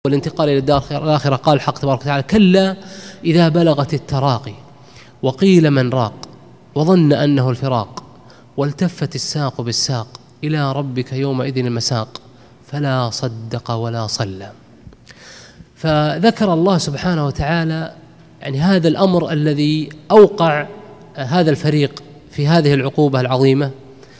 والانتقال إلى الدار الآخرة. قال الحق تبارك وتعالى: كلا إذا بلغت التراقي وقيل من راق وظن أنه الفراق والتفت الساق بالساق إلى ربك يومئذ المساق فلا صدق ولا صلى. فذكر الله سبحانه وتعالى يعني هذا الأمر الذي أوقع هذا الفريق في هذه العقوبة العظيمة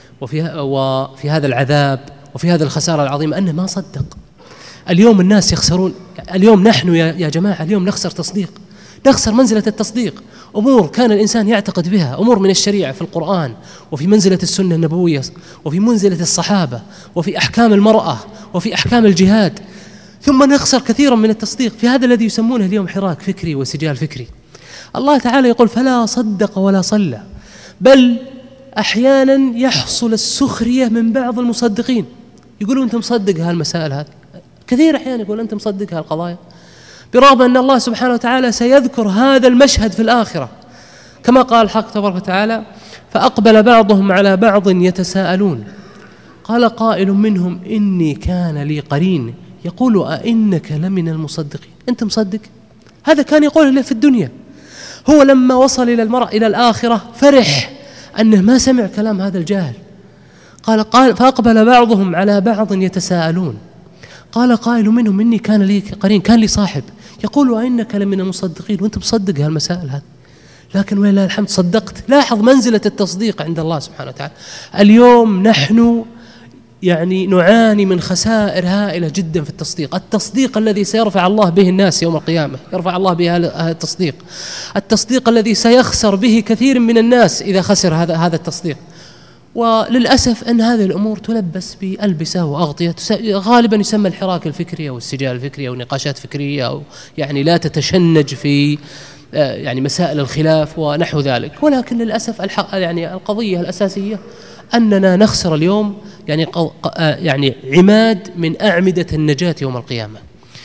وفي هذا العذاب وفي هذه الخسارة العظيمة، أنه ما صدق. اليوم الناس يخسرون، اليوم نحن يا جماعة اليوم نخسر تصديق، نخسر منزلة التصديق. أمور كان الإنسان يعتقد بها، أمور من الشريعة في القرآن وفي منزلة السنة النبوية وفي منزلة الصحابة وفي أحكام المرأة وفي أحكام الجهاد، ثم نخسر كثيرا من التصديق في هذا الذي يسمونه اليوم حراك فكري وسجال فكري. الله تعالى يقول: فلا صدق ولا صلى. بل أحيانا يحصل السخرية من بعض المصدقين، يقولون أنت مصدق هالمسائل هذه، كثير أحيانا يقول أنت مصدق هالقضايا، برغم أن الله سبحانه وتعالى سيذكر هذا المشهد في الآخرة، كما قال الحق تبارك وتعالى: فأقبل بعضهم على بعض يتساءلون قال قائل منهم إني كان لي قرين يقول أئنك لمن المصدقين. أنت مصدق؟ هذا كان يقوله له في الدنيا. هو لما وصل إلى المرء إلى الآخرة فرح أنه ما سمع كلام هذا الجاهل. قال فأقبل بعضهم على بعض يتساءلون قال قائل منهم إني كان لي قرين، كان لي صاحب يقول أئنك لمن المصدقين. وأنت مصدق هالمسائل هذه، لكن ولله الحمد صدقت. لاحظ منزلة التصديق عند الله سبحانه وتعالى. اليوم نحن يعني نعاني من خسائر هائلة جدا في التصديق. التصديق الذي سيرفع الله به الناس يوم القيامة، يرفع الله به التصديق. التصديق الذي سيخسر به كثير من الناس إذا خسر هذا التصديق. وللأسف أن هذه الأمور تلبس بألبسة وأغطية غالبا يسمى الحراك الفكري أو السجال الفكري أو نقاشات فكرية، أو يعني لا تتشنج في يعني مسائل الخلاف ونحو ذلك. ولكن للأسف يعني القضية الأساسية أننا نخسر اليوم يعني عماد من أعمدة النجاة يوم القيامة.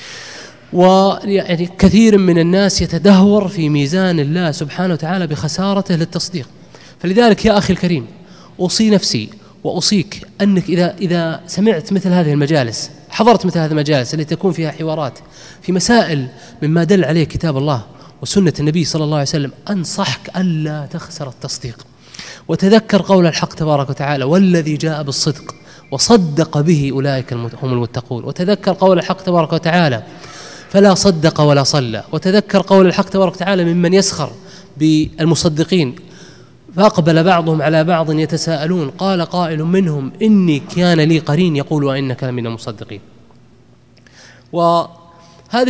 ويعني كثير من الناس يتدهور في ميزان الله سبحانه وتعالى بخسارته للتصديق. فلذلك يا أخي الكريم أوصي نفسي وأوصيك أنك إذا سمعت مثل هذه المجالس، حضرت مثل هذه المجالس التي تكون فيها حوارات في مسائل مما دل عليه كتاب الله وسنة النبي صلى الله عليه وسلم، أنصحك ألا تخسر التصديق. وتذكر قول الحق تبارك وتعالى: والذي جاء بالصدق وصدق به أولئك هم المتقون. وتذكر قول الحق تبارك وتعالى: فلا صدق ولا صلى. وتذكر قول الحق تبارك وتعالى ممن يسخر بالمصدقين: فأقبل بعضهم على بعض يتساءلون قال قائل منهم إني كان لي قرين يقول وإنك لمن المصدقين.